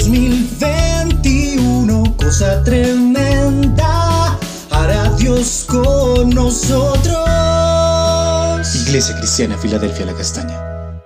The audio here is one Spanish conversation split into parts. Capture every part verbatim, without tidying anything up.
dos mil veintiuno, cosa tremenda hará Dios con nosotros. Iglesia Cristiana Filadelfia La Castaña.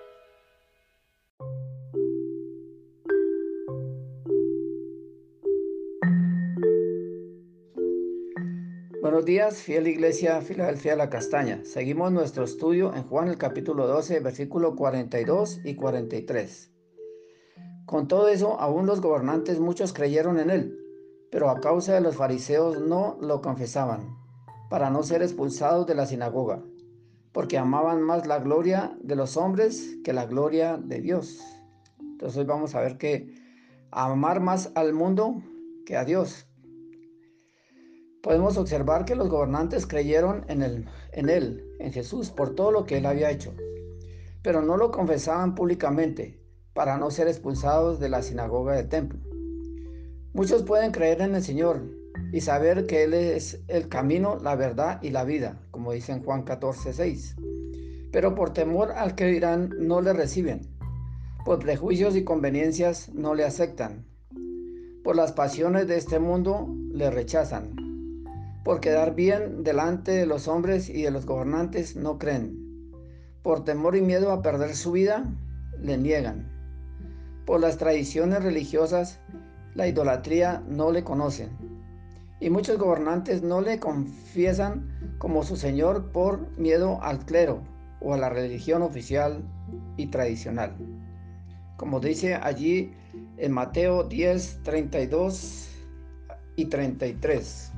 Buenos días, fiel Iglesia Filadelfia La Castaña. Seguimos nuestro estudio en Juan el capítulo doce, versículo cuarenta y dos y cuarenta y tres. Con todo eso, aún los gobernantes muchos creyeron en él, pero a causa de los fariseos no lo confesaban, para no ser expulsados de la sinagoga, porque amaban más la gloria de los hombres que la gloria de Dios. Entonces hoy vamos a ver que amar más al mundo que a Dios. Podemos observar que los gobernantes creyeron en él, en él, en Jesús, por todo lo que él había hecho, pero no lo confesaban públicamente para no ser expulsados de la sinagoga del templo. Muchos pueden creer en el Señor y saber que Él es el camino, la verdad y la vida, como dice en Juan catorce, seis, pero por temor al que dirán no le reciben, por prejuicios y conveniencias no le aceptan, por las pasiones de este mundo le rechazan. Por quedar bien delante de los hombres y de los gobernantes no creen. Por temor y miedo a perder su vida, le niegan. Por las tradiciones religiosas, la idolatría no le conocen. Y muchos gobernantes no le confiesan como su Señor por miedo al clero o a la religión oficial y tradicional. Como dice allí en Mateo diez, treinta y dos y treinta y tres.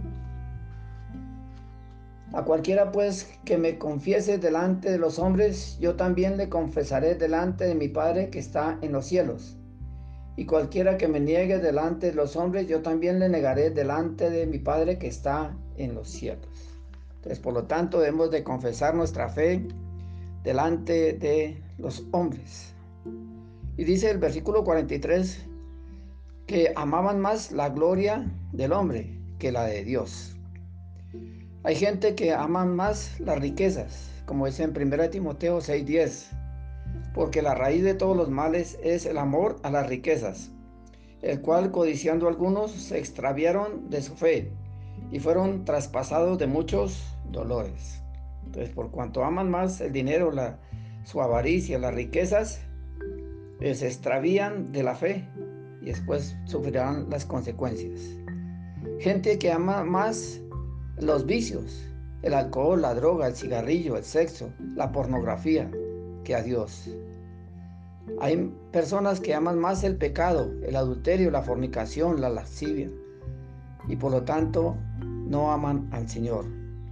A cualquiera pues que me confiese delante de los hombres, yo también le confesaré delante de mi Padre que está en los cielos. Y cualquiera que me niegue delante de los hombres, yo también le negaré delante de mi Padre que está en los cielos. Entonces, por lo tanto, debemos de confesar nuestra fe delante de los hombres. Y dice el versículo cuarenta y tres que amaban más la gloria del hombre que la de Dios. Hay gente que ama más las riquezas, como dice en primera Timoteo seis, diez, porque la raíz de todos los males es el amor a las riquezas, el cual codiciando algunos se extraviaron de su fe y fueron traspasados de muchos dolores. Entonces, por cuanto aman más el dinero, la, su avaricia, las riquezas, eh, se extravían de la fe y después sufrirán las consecuencias. Gente que ama más los vicios, el alcohol, la droga, el cigarrillo, el sexo, la pornografía, que a Dios. Hay personas que aman más el pecado, el adulterio, la fornicación, la lascivia, y por lo tanto no aman al Señor.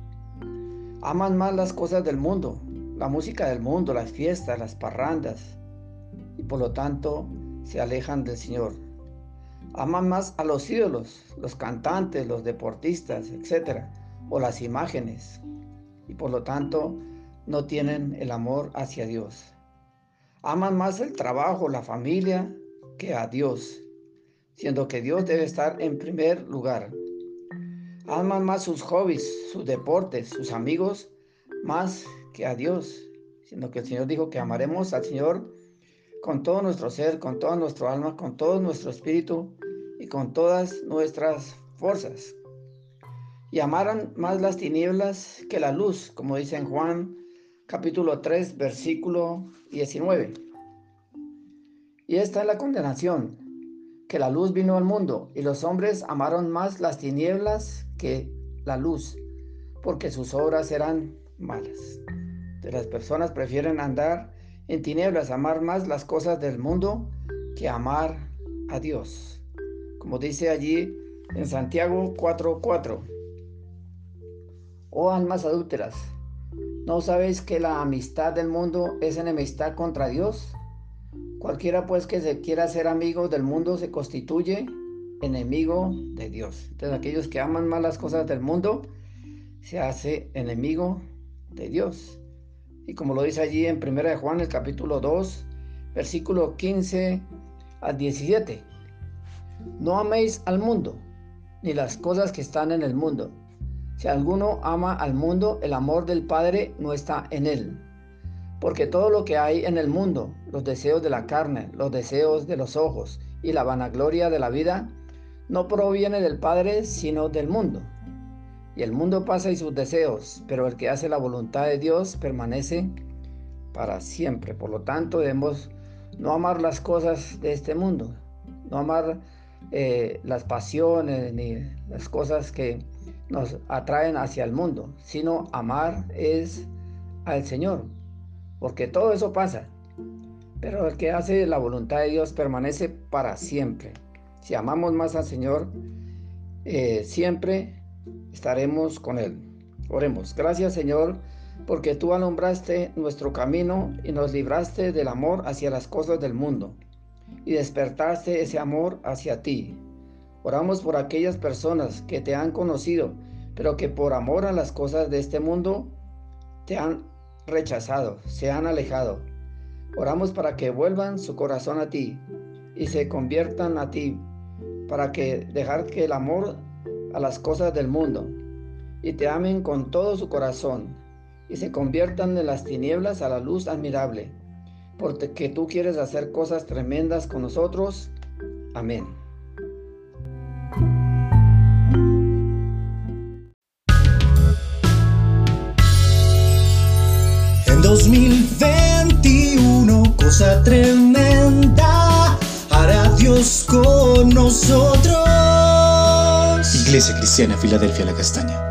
Aman más las cosas del mundo, la música del mundo, las fiestas, las parrandas, y por lo tanto se alejan del Señor. Aman más a los ídolos, los cantantes, los deportistas, etcétera, o las imágenes, y por lo tanto no tienen el amor hacia Dios. Aman más el trabajo, la familia, que a Dios, siendo que Dios debe estar en primer lugar. Aman más sus hobbies, sus deportes, sus amigos, más que a Dios, siendo que el Señor dijo que amaremos al Señor con todo nuestro ser, con toda nuestra alma, con todo nuestro espíritu y con todas nuestras fuerzas. Y amaran más las tinieblas que la luz, como dice en Juan capítulo tres, versículo diecinueve. Y esta es la condenación, que la luz vino al mundo, y los hombres amaron más las tinieblas que la luz, porque sus obras eran malas. Entonces, las personas prefieren andar en tinieblas, amar más las cosas del mundo que amar a Dios. Como dice allí en Santiago cuatro, cuatro. Oh almas adúlteras, ¿no sabéis que la amistad del mundo es enemistad contra Dios? Cualquiera pues que se quiera ser amigo del mundo se constituye enemigo de Dios. Entonces aquellos que aman más las cosas del mundo se hace enemigo de Dios. Y como lo dice allí en primera de Juan, el capítulo dos, versículo quince al diecisiete. No améis al mundo, ni las cosas que están en el mundo. Si alguno ama al mundo, el amor del Padre no está en él. Porque todo lo que hay en el mundo, los deseos de la carne, los deseos de los ojos y la vanagloria de la vida no proviene del Padre, sino del mundo. Y el mundo pasa y sus deseos, pero el que hace la voluntad de Dios permanece para siempre. Por lo tanto, debemos no amar las cosas de este mundo, no amar eh, las pasiones ni las cosas que nos atraen hacia el mundo, sino amar es al Señor, porque todo eso pasa, pero el que hace la voluntad de Dios permanece para siempre. Si amamos más al Señor, eh, siempre estaremos con Él. Oremos. Gracias, Señor, porque tú alumbraste nuestro camino y nos libraste del amor hacia las cosas del mundo y despertaste ese amor hacia ti. Oramos por aquellas personas que te han conocido, pero que por amor a las cosas de este mundo te han rechazado, se han alejado. Oramos para que vuelvan su corazón a ti y se conviertan a ti, para que dejar que el amor a las cosas del mundo y te amen con todo su corazón y se conviertan de las tinieblas a la luz admirable, porque tú quieres hacer cosas tremendas con nosotros. Amén. En dos mil veintiuno, cosa tremenda hará Dios con nosotros. Iglesia Cristiana Filadelfia La Castaña.